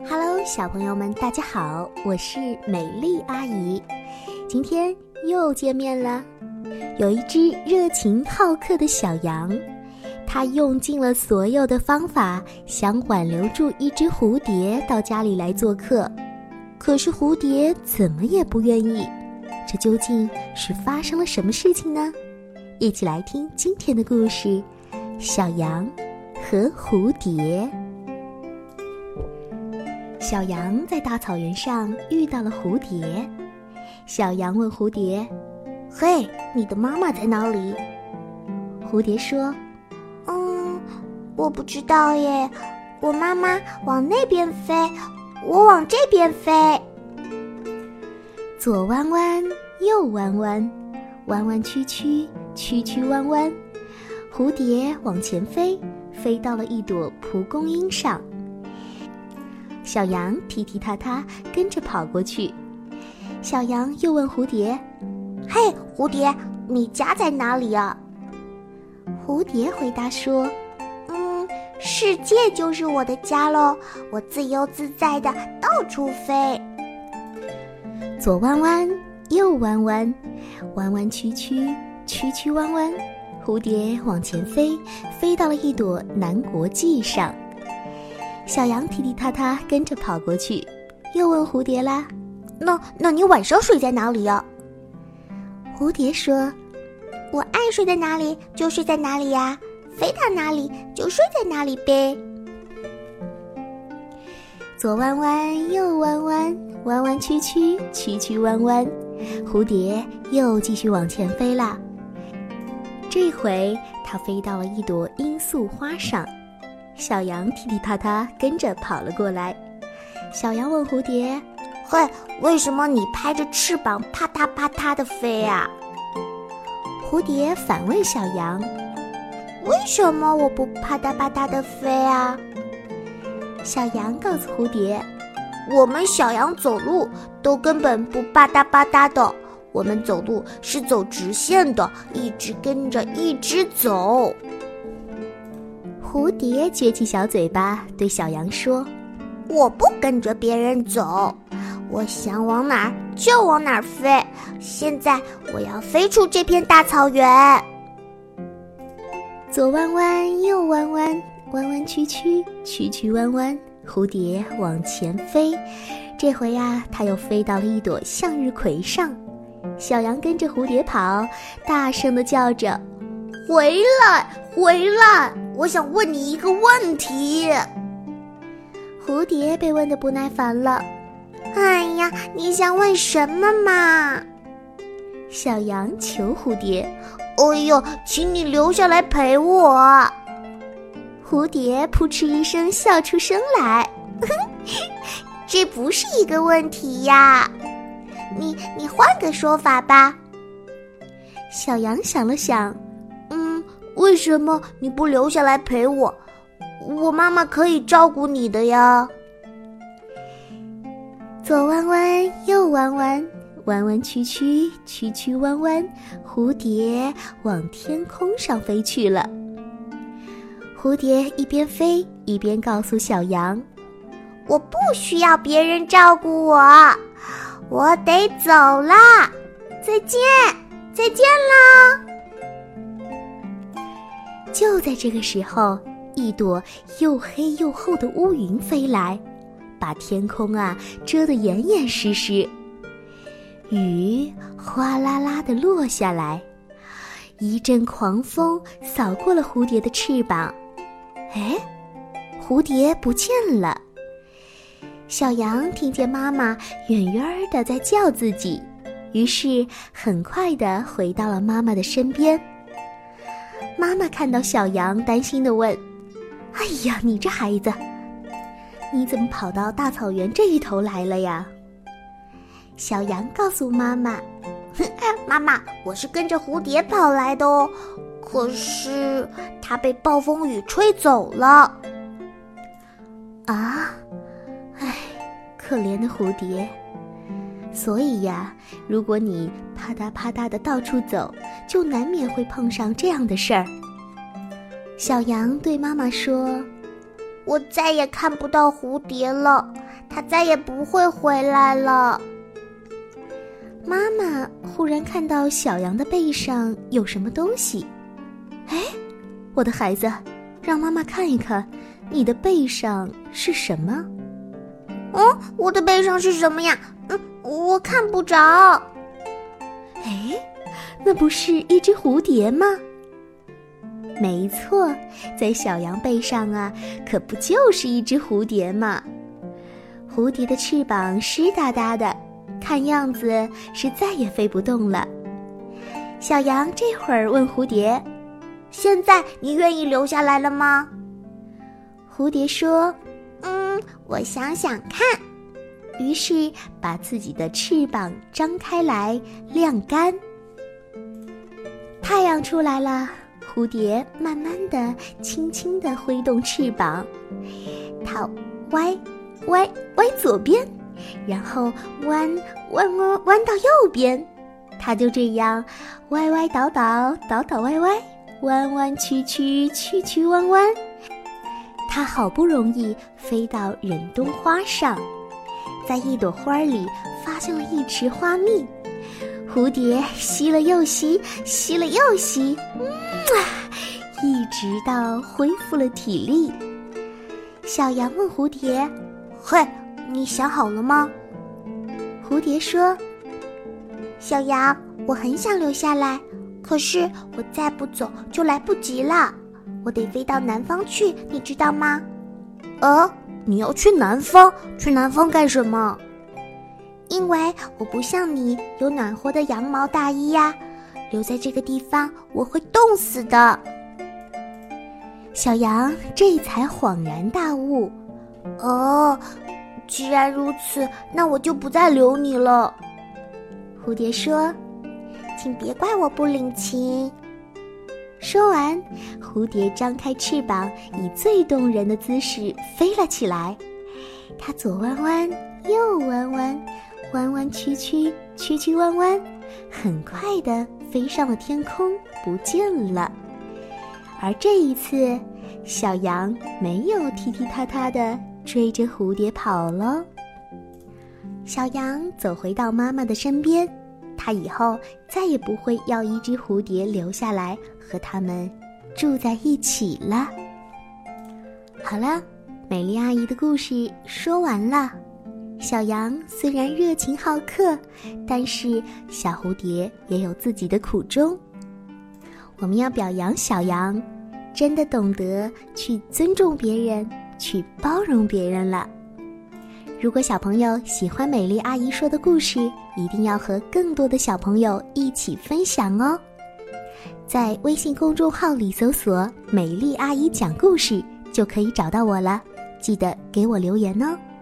Hello， 小朋友们，大家好，我是美丽阿姨。今天又见面了。有一只热情好客的小羊，它用尽了所有的方法，想挽留住一只蝴蝶到家里来做客。可是蝴蝶怎么也不愿意，这究竟是发生了什么事情呢？一起来听今天的故事：小羊和蝴蝶。小羊在大草原上遇到了蝴蝶。小羊问蝴蝶：嘿，你的妈妈在哪里？蝴蝶说： 我不知道耶，我妈妈往那边飞，我往这边飞。 左弯弯，右弯弯，弯弯曲曲，曲曲弯弯，蝴蝶往前飞，飞到了一朵蒲公英上。小羊踢踢踏踏跟着跑过去。小羊又问蝴蝶： 嘿，蝴蝶，你家在哪里啊？ 蝴蝶回答说： 世界就是我的家咯，我自由自在的到处飞。 左弯弯，右弯弯，弯弯曲曲，曲曲弯弯，蝴蝶往前飞，飞到了一朵南国际上。小羊踢踢踏踏跟着跑过去，又问蝴蝶啦： 那你晚上睡在哪里啊？ 蝴蝶说： 我爱睡在哪里就睡在哪里呀，飞到哪里就睡在哪里呗。 左弯弯，右弯弯，弯弯曲曲，曲曲弯弯，蝴蝶又继续往前飞啦。这回它飞到了一朵罂粟花上。小羊踢踢踏踏跟着跑了过来。小羊问蝴蝶： 嘿，为什么你拍着翅膀啪嗒啪嗒的飞啊？ 蝴蝶反问小羊： 为什么我不啪嗒啪嗒的飞啊？ 小羊告诉蝴蝶： 我们小羊走路都根本不吧嗒吧嗒的，我们走路是走直线的，一直跟着一直走。 蝴蝶撅起小嘴巴对小羊说： 我不跟着别人走，我想往哪儿就往哪儿飞，现在我要飞出这片大草原。 左弯弯，右弯弯，弯弯曲曲，曲曲弯弯，蝴蝶往前飞。这回啊，它又飞到了一朵向日葵上。小羊跟着蝴蝶跑，大声地叫着： 回来，回来！我想问你一个问题。 蝴蝶被问得不耐烦了。 哎呀，你想问什么嘛？ 小羊求蝴蝶： 哎呦，请你留下来陪我。 蝴蝶扑哧一声笑出声来。 这不是一个问题呀，你换个说法吧。 小羊想了想， 为什么你不留下来陪我？我妈妈可以照顾你的呀。 左弯弯，右弯弯，弯弯曲曲，曲曲弯弯，蝴蝶往天空上飞去了。蝴蝶一边飞一边告诉小羊： 我不需要别人照顾我，我得走啦，再见，再见啦。 就在这个时候，一朵又黑又厚的乌云飞来，把天空遮得严严实实。雨哗啦啦地落下来，一阵狂风扫过了蝴蝶的翅膀。蝴蝶不见了。小羊听见妈妈远远地在叫自己，于是很快地回到了妈妈的身边。妈妈看到小羊，担心地问：哎呀，你这孩子，你怎么跑到大草原这一头来了呀？小羊告诉妈妈： 妈妈，我是跟着蝴蝶跑来的哦，可是它被暴风雨吹走了。 可怜的蝴蝶。所以呀，如果你啪嗒啪嗒的到处走，就难免会碰上这样的事儿。小羊对妈妈说： 我再也看不到蝴蝶了， 它再也不会回来了。 妈妈忽然看到小羊的背上有什么东西。哎，我的孩子，让妈妈看一看，你的背上是什么？ 我的背上是什么呀？我看不着。 哎，那不是一只蝴蝶吗？没错，在小羊背上啊，可不就是一只蝴蝶吗？蝴蝶的翅膀湿哒哒的，看样子是再也飞不动了。小羊这会儿问蝴蝶：“ 现在你愿意留下来了吗？” 蝴蝶说：“ 我想想看。” 于是把自己的翅膀张开来晾干。太阳出来了，蝴蝶慢慢的、轻轻的挥动翅膀，它歪左边，然后弯到右边，它就这样歪歪倒倒，倒倒歪歪，弯弯曲曲，曲曲弯弯。它好不容易飞到忍冬花上，在一朵花里发现了一池花蜜。蝴蝶吸了又吸，吸了又吸，一直到恢复了体力。小羊问蝴蝶：“ 嘿，你想好了吗？” 蝴蝶说：“ 小羊，我很想留下来，可是我再不走就来不及了，我得飞到南方去，你知道吗？” 你要去南方？去南方干什么？ 因为我不像你有暖和的羊毛大衣呀，留在这个地方我会冻死的。 小羊这才恍然大悟， 既然如此，那我就不再留你了。 蝴蝶说：“ 请别怪我不领情。” 说完，蝴蝶张开翅膀，以最动人的姿势飞了起来。它左弯弯，右弯弯，弯弯曲曲，曲曲弯弯，很快地飞上了天空，不见了。而这一次，小羊没有踢踢踏踏地追着蝴蝶跑了。小羊走回到妈妈的身边，它以后再也不会要一只蝴蝶留下来和它们住在一起了。好了，美丽阿姨的故事说完了。小羊虽然热情好客，但是小蝴蝶也有自己的苦衷。我们要表扬小羊，真的懂得去尊重别人，去包容别人了。如果小朋友喜欢美丽阿姨说的故事，一定要和更多的小朋友一起分享哦。在微信公众号里搜索“美丽阿姨讲故事”就可以找到我了，记得给我留言哦。